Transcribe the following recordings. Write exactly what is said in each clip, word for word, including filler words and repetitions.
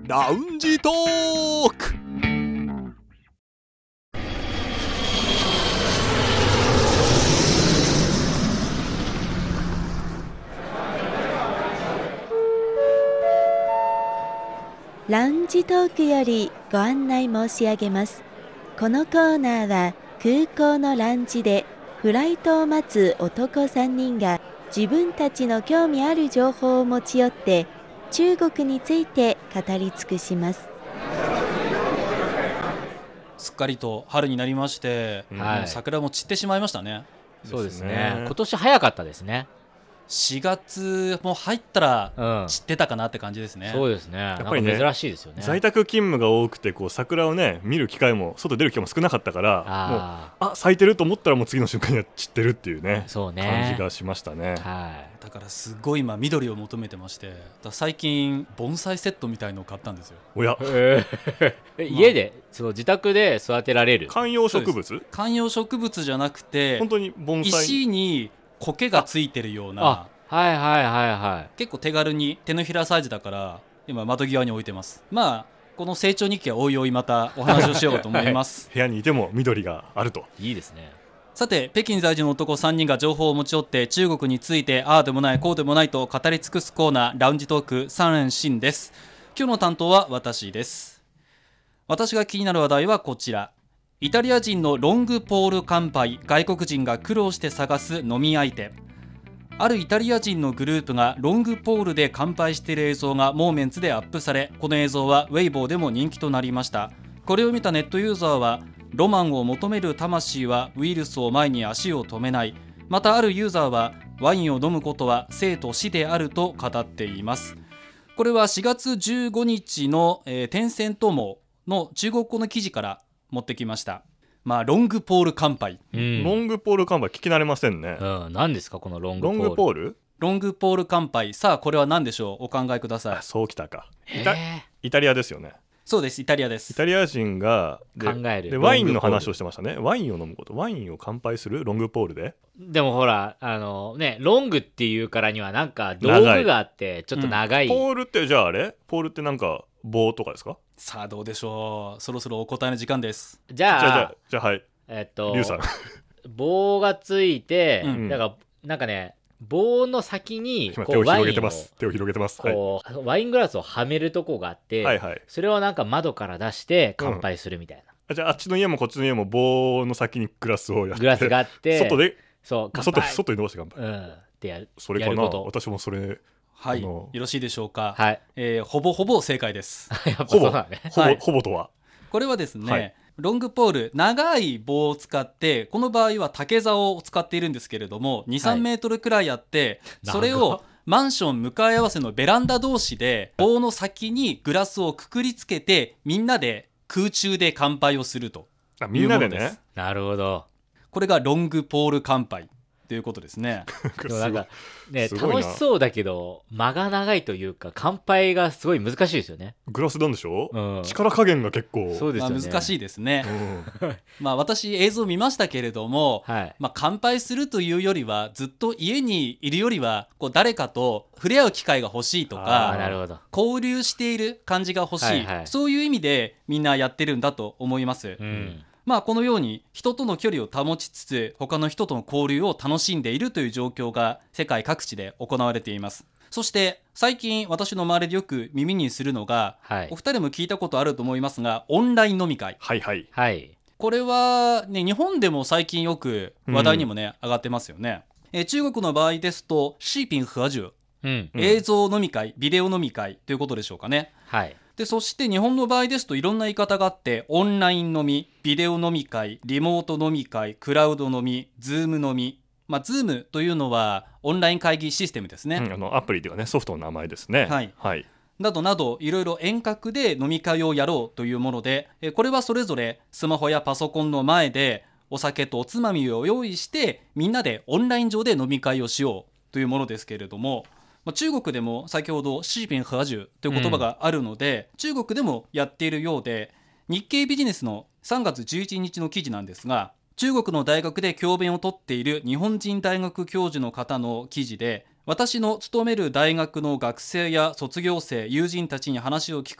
ラウンジトーク。 ラウンジトークよりご案内申し上げます。このコーナーは空港のラウンジでフライトを待つ男さんにんが自分たちの興味ある情報を持ち寄って中国について語り尽くします。 すっかりと春になりまして、 はいもう桜も散ってしまいましたね。 そうですね。 ですね今年早かったですね。 しがつも入ったらうん。 散ってたかなって感じですね。 そうですね。やっぱりねなんか珍しいですよね。 在宅勤務が多くてこう桜をね見る機会も外出る機会も少なかったからもうああ咲いてると思ったらもう次の瞬間には散ってるっていうねあ、そうね。 感じがしましたね。 はだからすごい今緑を求めてまして、だから最近盆栽セットみたいのを買ったんですよ。 おやい。えー家で、その自宅で育てられる。 観葉植物観葉植物じゃなくて本当に盆栽石に苔がついてるようあ、 な、 はいはいはいはい。 結構手軽に手のひらサイズだから今窓際に置いてます。まあこの成長日記はおいおいまたお話をしようと思います部屋にいても緑があると。 いいですね。 さて北京在住の男さんにんが情報を持ち寄って中国についてああでもないこうでもないと語り尽くすコーナーラウンジトーク三連新です。今日の担当は私です。私が気になる話題はこちら。イタリア人のロングポール乾杯、外国人が苦労して探す飲み相手。あるイタリア人のグループがロングポールで乾杯している映像がモーメンツでアップされ、この映像はウェイボーでも人気となりました。これを見たネットユーザーは、ロマンを求める魂はウイルスを前に足を止めない。またあるユーザーは、ワインを飲むことは生と死であると語っています。これはしがつじゅうごにちの、えー、テンセント網の中国語の記事から持ってきました。まあロングポール乾杯。 うん。 ロングポール看板聞き慣れませんね。 うん。何ですかこのロングポロンール。 グポールロングポール乾杯。さあこれは何でしょう。お考えくださいあ。そうきたか。イタへイタリアですよね。 そうです、イタリアでイす。 タリア人がで考えるでワインのロングポール話をしてましたね。ワインを飲むこと、ワインを乾杯するロングポールで。 ーでもほら、あのね、ロングっていうからにはなんか道具があってちょっと長い。 ポールってじゃああれポールってなんか棒とかですか？ さあどうでしょう。そろそろお答えの時間です。 じゃあ、 じゃあじゃあじゃあはいえっと、 リュウさん棒がついて、 うんだからなんかね、棒の先に今手をこうワインを広げてます。手を広げてます。はいこうワイングラスをはめるとこがあって、 はいはい。 それをなんか窓から出して乾杯するみたいな、 あじゃああっちの家もこっちの家も棒の先にグラスをやってグラスがあって外でそう乾外杯外に伸ばして乾杯。 うんってやるそれかな。 やること私もそれはい、 あのよろしいでしょうか。 はいえーほぼほぼ正解です。 やっぱほぼそうだねほぼ、 はいほぼとはこれはですね、 はいロングポール、長い棒を使って、この場合は竹竿を使っているんですけれども、に、さんメートルくらいあって、 長っそれをマンション向かい合わせのベランダ同士で棒の先にグラスをくくりつけてみんなで空中で乾杯をするとあみんなでいうものでねす。 なるほど。 これがロングポール乾杯ということですね。 でもなんかねすごいな楽しそうだけど間が長いというか乾杯がすごい難しいですよね。 グラスなんでしょ、 うん力加減が結構まあ、 そうですよね。 難しいですね。 うんまあ私映像見ましたけれども、 はい。 まあ、乾杯するというよりはずっと家にいるよりはこう誰かと触れ合う機会が欲しいとああかなるほど。 交流している感じが欲しい、 はいはいそういう意味でみんなやってるんだと思います、 うん。 まあこのように人との距離を保ちつつ他の人との交流を楽しんでいるという状況が世界各地で行われています。そして最近私の周りでよく耳にするのが、 はいお二人も聞いたことあると思いますがオンライン飲み会。 はいはいはい。 これは、ね、日本でも最近よく話題にもね、上がってますよね。えー中国の場合ですと視頻合集、 うん。 うん映像飲み会、ビデオ飲み会ということでしょうかね。 はい。 でそして日本の場合ですといろんな言い方があってオンライン飲み、ビデオ飲み会、リモート飲み会、クラウド飲み、ズーム飲み、まあ、ズームというのはオンライン会議システムですね、 うんあのアプリというかねソフトの名前ですね。 はいはいなどなどいろいろ遠隔で飲み会をやろうというもので、えこれはそれぞれスマホやパソコンの前でお酒とおつまみを用意してみんなでオンライン上で飲み会をしようというものですけれども、まあ中国でも先ほど視頻合集という言葉があるので、うん、中国でもやっているようで、日経ビジネスのさんがつじゅういちにちの記事なんですが、中国の大学で教鞭をとっている日本人大学教授の方の記事で、私の勤める大学の学生や卒業生、友人たちに話を聞くと、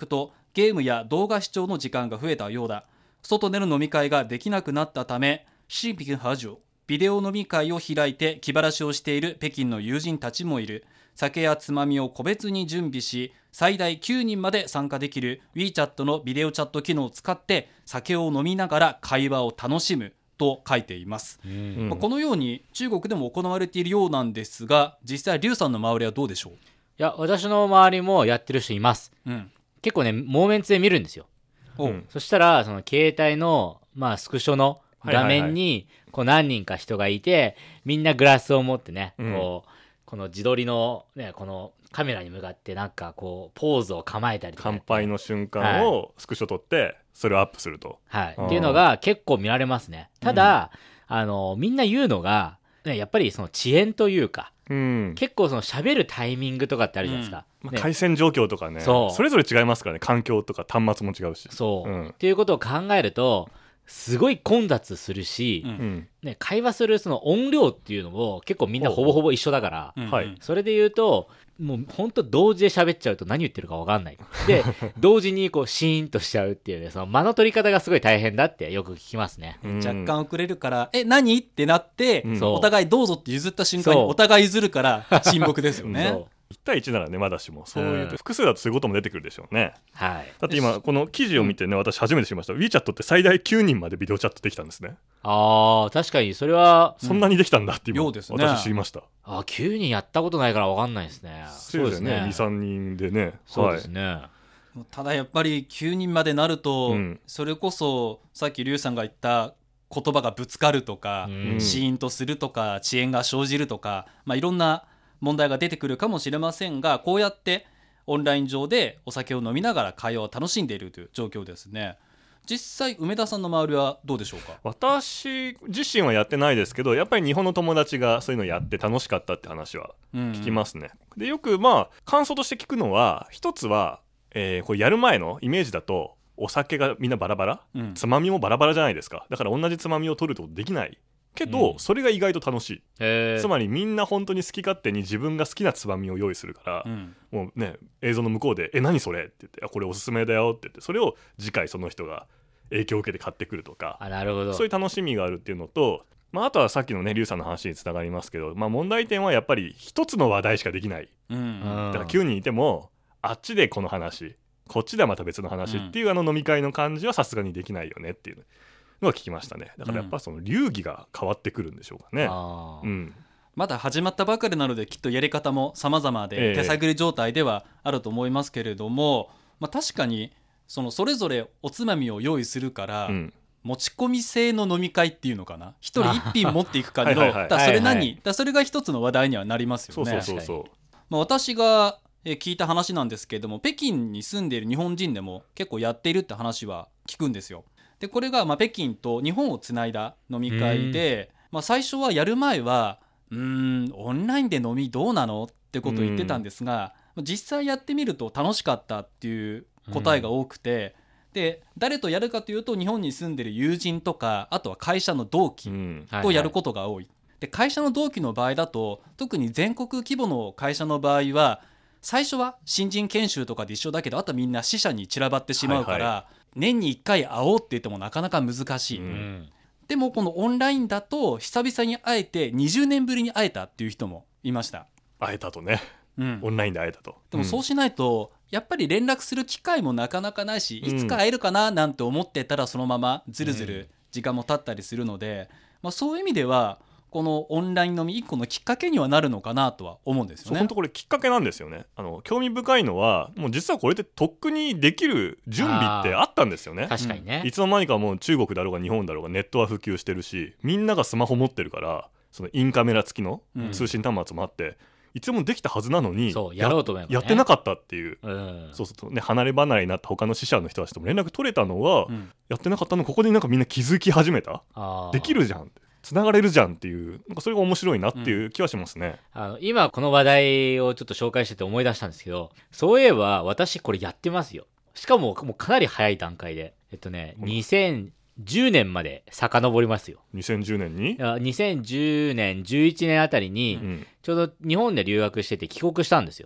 ゲームや動画視聴の時間が増えたようだ。外での飲み会ができなくなったため、シーピクハジョビデオ飲み会を開いて気晴らしをしている北京の友人たちもいる。酒やつまみを個別に準備し、最大きゅうにんまで参加できる WeChat のビデオチャット機能を使って酒を飲みながら会話を楽しむと書いています、 うんまあ、このように中国でも行われているようなんですが、実際劉さんの周りはどうでしょいや私の周りもやってる人います。 う？うん結構ねモーメンツで見るんですよ。 おううんそしたらその携帯の、まあ、スクショの画面にこう何人か人がいて、みんなグラスを持ってね、 うんこうこの自撮りの、ね、このカメラに向かってなんかこうポーズを構えたりとかやって乾杯の瞬間をスクショ撮ってそれをアップすると、 はい、 うんっていうのが結構見られますね。ただ、あのみんな言うのが、ね、やっぱりその遅延というか、 うん結構その喋るタイミングとかってあるじゃないですか、 まあ、 ね回線状況とかねそうそれぞれ違いますからね。環境とか端末も違うし。 そう、 うんっていうことを考えるとすごい混雑するし、 うんうんね、会話するその音量っていうのも結構みんなほぼほぼ一緒だから、 うんはいそれで言うともう本当同時で喋っちゃうと何言ってるか分かんないで同時にこうシーンとしちゃうっていうね、その間の取り方がすごい大変だってよく聞きますね。 うん若干遅れるからえ何ってなって、 うんそうお互いどうぞって譲った瞬間にそうお互い譲るから沈黙ですよねそういち対いちならねまだしもそういううん複数だとそういうことも出てくるでしょうね。 はいだって今この記事を見てね、私初めて知りました。 WeChat って最大きゅうにんまでビデオチャットできたんですね。 あー確かにそれはそんなにできたんだって今、 ようですね私知りました。 あきゅうにんやったことないから分かんないですね。 そうですねにさんにんでね。 そうですね、 ただやっぱりきゅうにんまでなると、 うんそれこそさっき劉さんが言った言葉がぶつかるとか、 うんシーンとするとか遅延が生じるとか、まあ、いろんな問題が出てくるかもしれませんが、こうやってオンライン上でお酒を飲みながら会話を楽しんでいるという状況ですね。実際梅田さんの周りはどうでしょうか？ 私自身はやってないですけど、やっぱり日本の友達がそういうのやって楽しかったって話は聞きますね。でよくまあ感想として聞くのは、一つは、えーこれやる前のイメージだとお酒がみんなバラバラ、 うんつまみもバラバラじゃないですか。だから同じつまみを取るってことできないけど、 うんそれが意外と楽しい。 へーつまりみんな本当に好き勝手に自分が好きなつまみを用意するから、 うんもうね映像の向こうで「え何それ?」って言って「あこれおすすめだよ」って言って、それを次回その人が影響を受けて買ってくるとか、 あなるほど。 そういう楽しみがあるっていうのと、まあ、あとはさっきのね劉さんの話につながりますけど、まあ、問題点はやっぱり一つの話題しかできない。 うんうんだからきゅうにんいてもあっちでこの話こっちではまた別の話っていう、あの飲み会の感じはさすがにできないよねっていうのは聞きましたね。だからやっぱその流儀が変わってくるんでしょうかね。 あーうんまだ始まったばかりなのできっとやり方も様々 ええで手探り状態ではあると思いますけれども、まあ、確かにそのそれぞれおつまみを用意するから、 うん持ち込み制の飲み会っていうのかな、一人一品持っていく感じのはいはいはいだからそれ何、 はいはいだからそれが一つの話題にはなりますそうよね。 そうそうそうまあ、私がえー聞いた話なんですけれども、北京に住んでいる日本人でも結構やっているって話は聞くんですよ。でこれがまあ北京と日本をつないだ飲み会で、まあ、最初はやる前はうーんオンラインで飲みどうなのってことを言ってたんですが、実際やってみると楽しかったっていう答えが多くて、で誰とやるかというと日本に住んでいる友人とか、あとは会社の同期うんとやることが多い。で会社の同期の場合だと、特に全国規模の会社の場合は最初は新人研修とかで一緒だけど、あとはみんな支社に散らばってしまうから、 は年にいっかい会おうって言ってもなかなか難しい、 ううんんでもこのオンラインだと久々に会えてにじゅうねんぶりに会えたっていう人もいました、 会えたとね、 うんオンラインで会えたと。 でもそうしないとやっぱり連絡する機会もなかなかないし、 うんいつか会えるかななんて思ってたらそのままずるずる時間も経ったりするので、まあ、そういう意味ではこのオンライン飲み一個のきっかけにはなるのかなとは思うんですよね。 そう本当これきっかけなんですよね。あの興味深いのはもう実はこれってとっくにできる準備ってあったんですよね。 確かにね、 いつの間にかもう中国だろうが日本だろうがネットは普及してるし、みんながスマホ持ってるからそのインカメラ付きのうん通信端末もあって、いつでもできたはずなのにそうやろうと思えばねやってなかったっていう、 うんそうするとね離れ離れになった他の支社の人たちとも連絡取れたのは、 うんやってなかったのここでなんかみんな気づき始めた、 あーできるじゃんつながれるじゃんっていう、なんかそれが面白いなっていう気はしますね。 あの今この話題をちょっと紹介してて思い出したんですけど、そういえば私これやってますよ。しかももうかなり早い段階でえっとねうんにせんじゅうねんまで遡りますよ。 にせんじゅうねんにい、やにせんじゅうねんじゅういちねんあたりに、 うんちょうど日本で留学してて帰国したんですよ。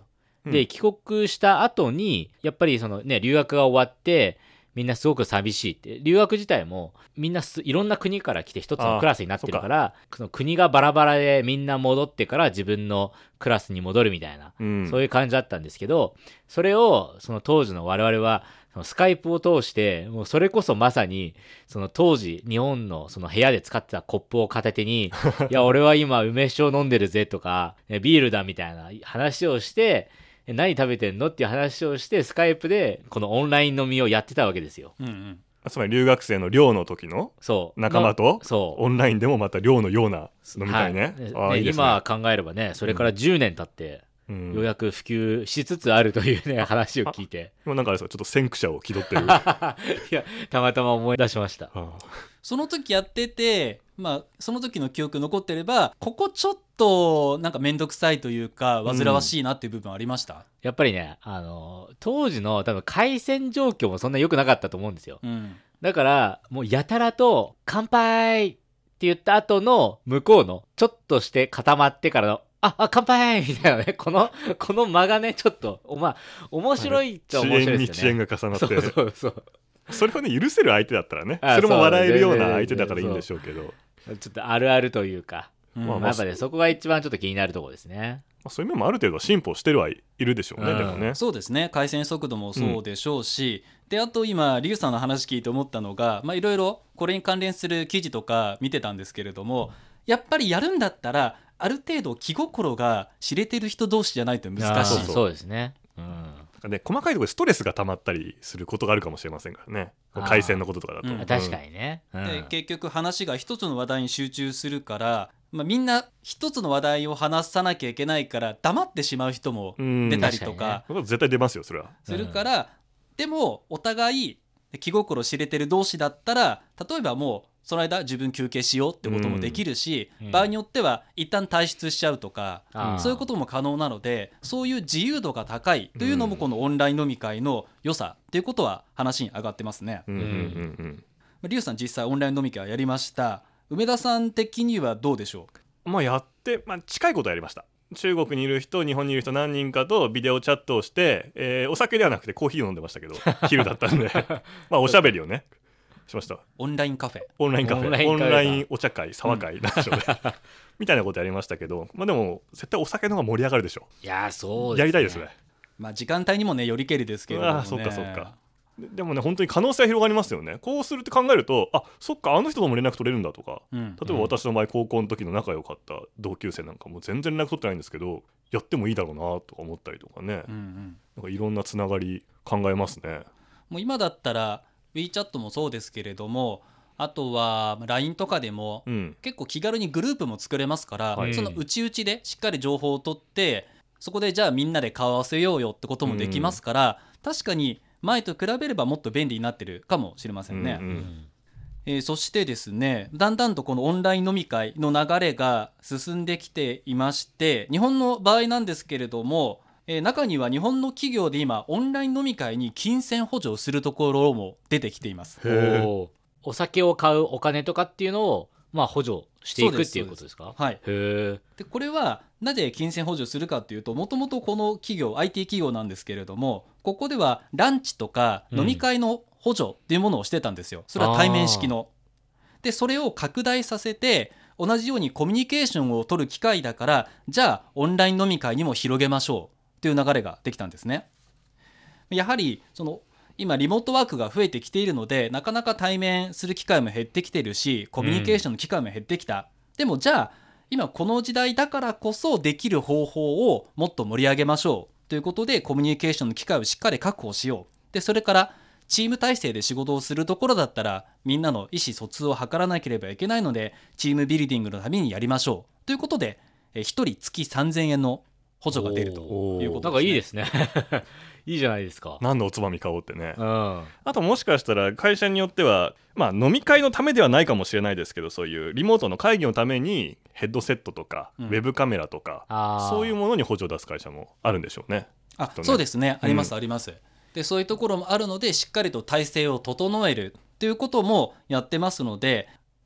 うんで帰国した後にやっぱりそのね留学が終わってみんなすごく寂しいって、留学自体もみんないろんな国から来て一つのクラスになってるから、その国がバラバラでみんな戻ってから自分のクラスに戻るみたいな、 うん、 そういう感じだったんですけど、それをその当時の我々はそのスカイプを通してもうそれこそまさにその当時日本のその部屋で使ってたコップを片手にいや俺は今梅酒を飲んでるぜとかビールだみたいな話をして何食べてんのっていう話をしてスカイプでこのオンライン飲みをやってたわけですよ、 うんうん、 つまり留学生の寮の時の仲間とそうオンラインでもまた寮のような飲み会ね、 はい、あいいですね。今考えればねそれからじゅうねん経って、うん、ようやく普及しつつあるというね話を聞いて、 今なんかあれですかちょっと先駆者を気取ってるいやたまたま思い出しました、 はあ、 その時やってて、まあ、その時の記憶残ってればここちょっとなんか面倒くさいというか煩わしいなっていう部分ありました、うん、 やっぱりねあの当時の多分回線状況もそんな良くなかったと思うんですよ、うん、だからもうやたらと乾杯って言った後の向こうのちょっとして固まってからのああ乾杯みたいなねこのこの間がねちょっとまあ面白いっちゃ面白いですよね。 遅延に遅延が重なってそうそうそうそれをね許せる相手だったらねそれも笑えるような相手だからいいんでしょうけど、 ちょっとあるあるというか、うん、 まあまあやっぱねそこが一番ちょっと気になるところですね。 まあ、そういう面もある程度進歩してるはいるでしょうね、うん、でもねそうですね回線速度もそうでしょうし、うん、であと今リュウさんの話聞いて思ったのがいろいろこれに関連する記事とか見てたんですけれども、やっぱりやるんだったらある程度気心が知れてる人同士じゃないと難しい。 そうそうですね、うんね、細かいところでストレスが溜まったりすることがあるかもしれませんからね回線のこととかだと、うん、 確かにね、うん、 で結局話が一つの話題に集中するから、まあ、みんな一つの話題を話さなきゃいけないから黙ってしまう人も出たりとか、 うん、絶対出ますよそれはするから、うん、でもお互い気心知れてる同士だったら例えばもうその間自分休憩しようってこともできるし、うん、場合によっては一旦退出しちゃうとか、うん、そういうことも可能なのでそういう自由度が高いというのもこのオンライン飲み会の良さっていうことは話に上がってますね。 うんうんうんうんリュウさん実際オンライン飲み会やりました。梅田さん的にはどうでしょう。まあやって、まあ、近いことやりました。中国にいる人日本にいる人何人かとビデオチャットをして、えー、お酒ではなくてコーヒーを飲んでましたけど昼だったんでまあおしゃべりをねしました。 オンラインカフェオンラインカフェオンライン、オンラインお茶会沢会なんでしょうね、うん、みたいなことやりましたけど、まあ、でも絶対お酒の方が盛り上がるでしょう。 いやそうですね、 やりたいですね。 まあ時間帯にもねよりけりですけれどもね。 あそうかそうか。でもね本当に可能性は広がりますよね。こうするって考えるとあそっかあの人とも連絡取れるんだとか、うん、例えば私の場合高校の時の仲良かった同級生なんかも全然連絡取ってないんですけどやってもいいだろうなとか思ったりとかね、うんうん、なんかいろんなつながり考えますね。 もう今だったら WeChat もそうですけれどもあとは ライン とかでも、うん、結構気軽にグループも作れますから、はい、その内々でしっかり情報を取ってそこでじゃあみんなで顔合わせようよってこともできますから、うん、確かに前と比べればもっと便利になってるかもしれませんね、うんうんえー、そしてですねだんだんとこのオンライン飲み会の流れが進んできていまして日本の場合なんですけれども、えー、中には日本の企業で今オンライン飲み会に金銭補助をするところも出てきています。 お, お酒を買うお金とかっていうのをまあ補助していくっていうことですか。 はい、へでこれはなぜ金銭補助するかっていうともともとこの企業 アイティー 企業なんですけれどもここではランチとか飲み会の補助っていうものをしてたんですよ、うん、それは対面式のでそれを拡大させて同じようにコミュニケーションを取る機会だからじゃあオンライン飲み会にも広げましょうっていう流れができたんですね。やはりその今リモートワークが増えてきているのでなかなか対面する機会も減ってきてるしコミュニケーションの機会も減ってきた、うん、でもじゃあ今この時代だからこそできる方法をもっと盛り上げましょうということでコミュニケーションの機会をしっかり確保しようでそれからチーム体制で仕事をするところだったらみんなの意思疎通を図らなければいけないのでチームビルディングのためにやりましょうということでひとり月さんぜんえんの補助が出るということですね。 なんかいいですねいいじゃないですか。 何のおつまみ買おうってね、 うん、 あともしかしたら会社によっては、まあ、飲み会のためではないかもしれないですけどそういうリモートの会議のためにヘッドセットとか、うん、ウェブカメラとかそういうものに補助を出す会社もあるんでしょうね。 あ、ね、そうですねあります、うん、あります。でそういうところもあるのでしっかりと体制を整えるということもやってますので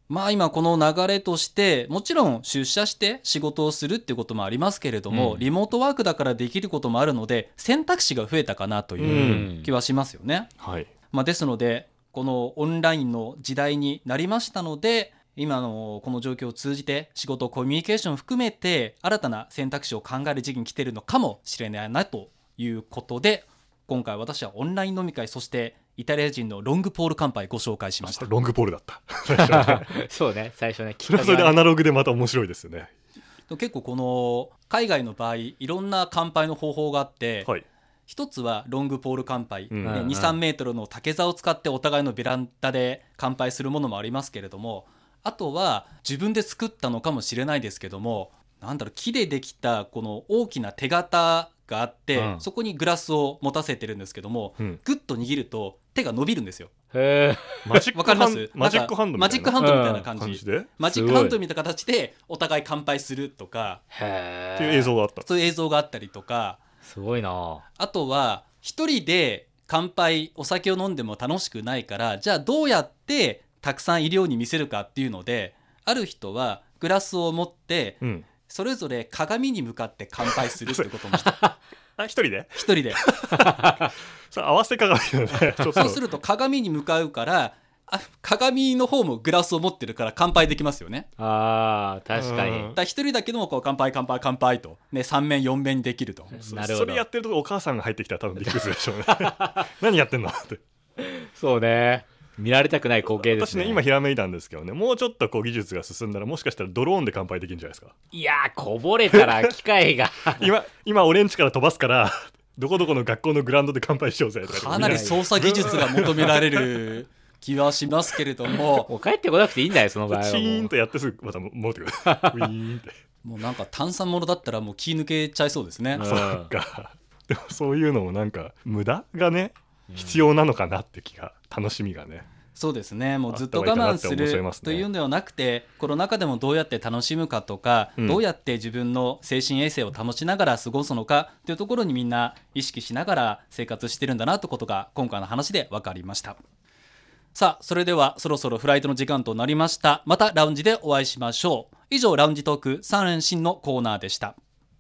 まあ今この流れとしてもちろん出社して仕事をするっていうこともありますけれども、 うんリモートワークだからできることもあるので選択肢が増えたかなという気はしますよね、 はい。 まあ、ですのでこのオンラインの時代になりましたので、今のこの状況を通じて仕事コミュニケーションを含めて新たな選択肢を考える時期に来ているのかもしれないなということで、今回私はオンライン飲み会、そしてイタリア人のロングポール乾杯ご紹介しました。 ロングポールだったそうね、最初ね、 それはそれでアナログでまた面白いですよね。 結構この海外の場合いろんな乾杯の方法があって、 はい。 一つはロングポール乾杯、 うんねうんうんにさんメートルの竹竿を使ってお互いのベランダで乾杯するものもありますけれども、あとは自分で作ったのかもしれないですけども、なんだろう、木でできたこの大きな手形があって、 うんそこにグラスを持たせてるんですけども、 うんグッと握ると手が伸びるんですよ。 へマジックわかりますハンマジックハンドみたいなマジックハンドみたいな感じ、 感じでっマジックハンドみたいな形でお互い乾杯するとか、 えていう映像があった。 そういう映像があったりとか、 すごいな。 あとは一人で乾杯お酒を飲んでも楽しくないから、じゃあどうやってたくさんいるように見せるかっていうので、ある人はグラスを持ってうん。 それぞれ鏡に向かって乾杯するってこともしたあ、一人で一人でそれ合わせ鏡だよね。ちょっとそうすると鏡に向かうから、あ鏡の方もグラスを持ってるから乾杯できますよね。 あー、確かうんに。 だから一人だけでもこう乾杯乾杯乾杯と、ね、さん面よん面にできると。 そなるほどそれやってるとこお母さんが入ってきたら多分びっくりするでしょうね。何やってんのって。 そうね。見られたくない光景ですね。 私ね今ひらめいたんですけどね、もうちょっとこう技術が進んだらもしかしたらドローンで乾杯できるんじゃないですか。 いやー、こぼれたら機械が。 今今俺ん家から飛ばすからどこどこの学校のグラウンドで乾杯しようぜとか。 かなり操作技術が求められる気はしますけれども、 もう帰ってこなくていいんだよ、その場合はもう。 チーンとやってすぐまた戻ってくる。ウィーンって。 もうなんか炭酸ものだったらもう気抜けちゃいそうですね、 うんなんかでもそういうのもなんか無駄がね必要なのかなって気が、楽しみがね。 そうですね、もうずっと我あった方がいいかなって慢する思いますねというのではなくて、コロナ禍でもどうやって楽しむかとか、 うんどうやって自分の精神衛生を保ちながら過ごすのかというところにみんな意識しながら生活してるんだなということが今回の話で分かりました。さあそれではそろそろフライトの時間となりました。またラウンジでお会いしましょう。以上ラウンジトーク三連新のコーナーでした。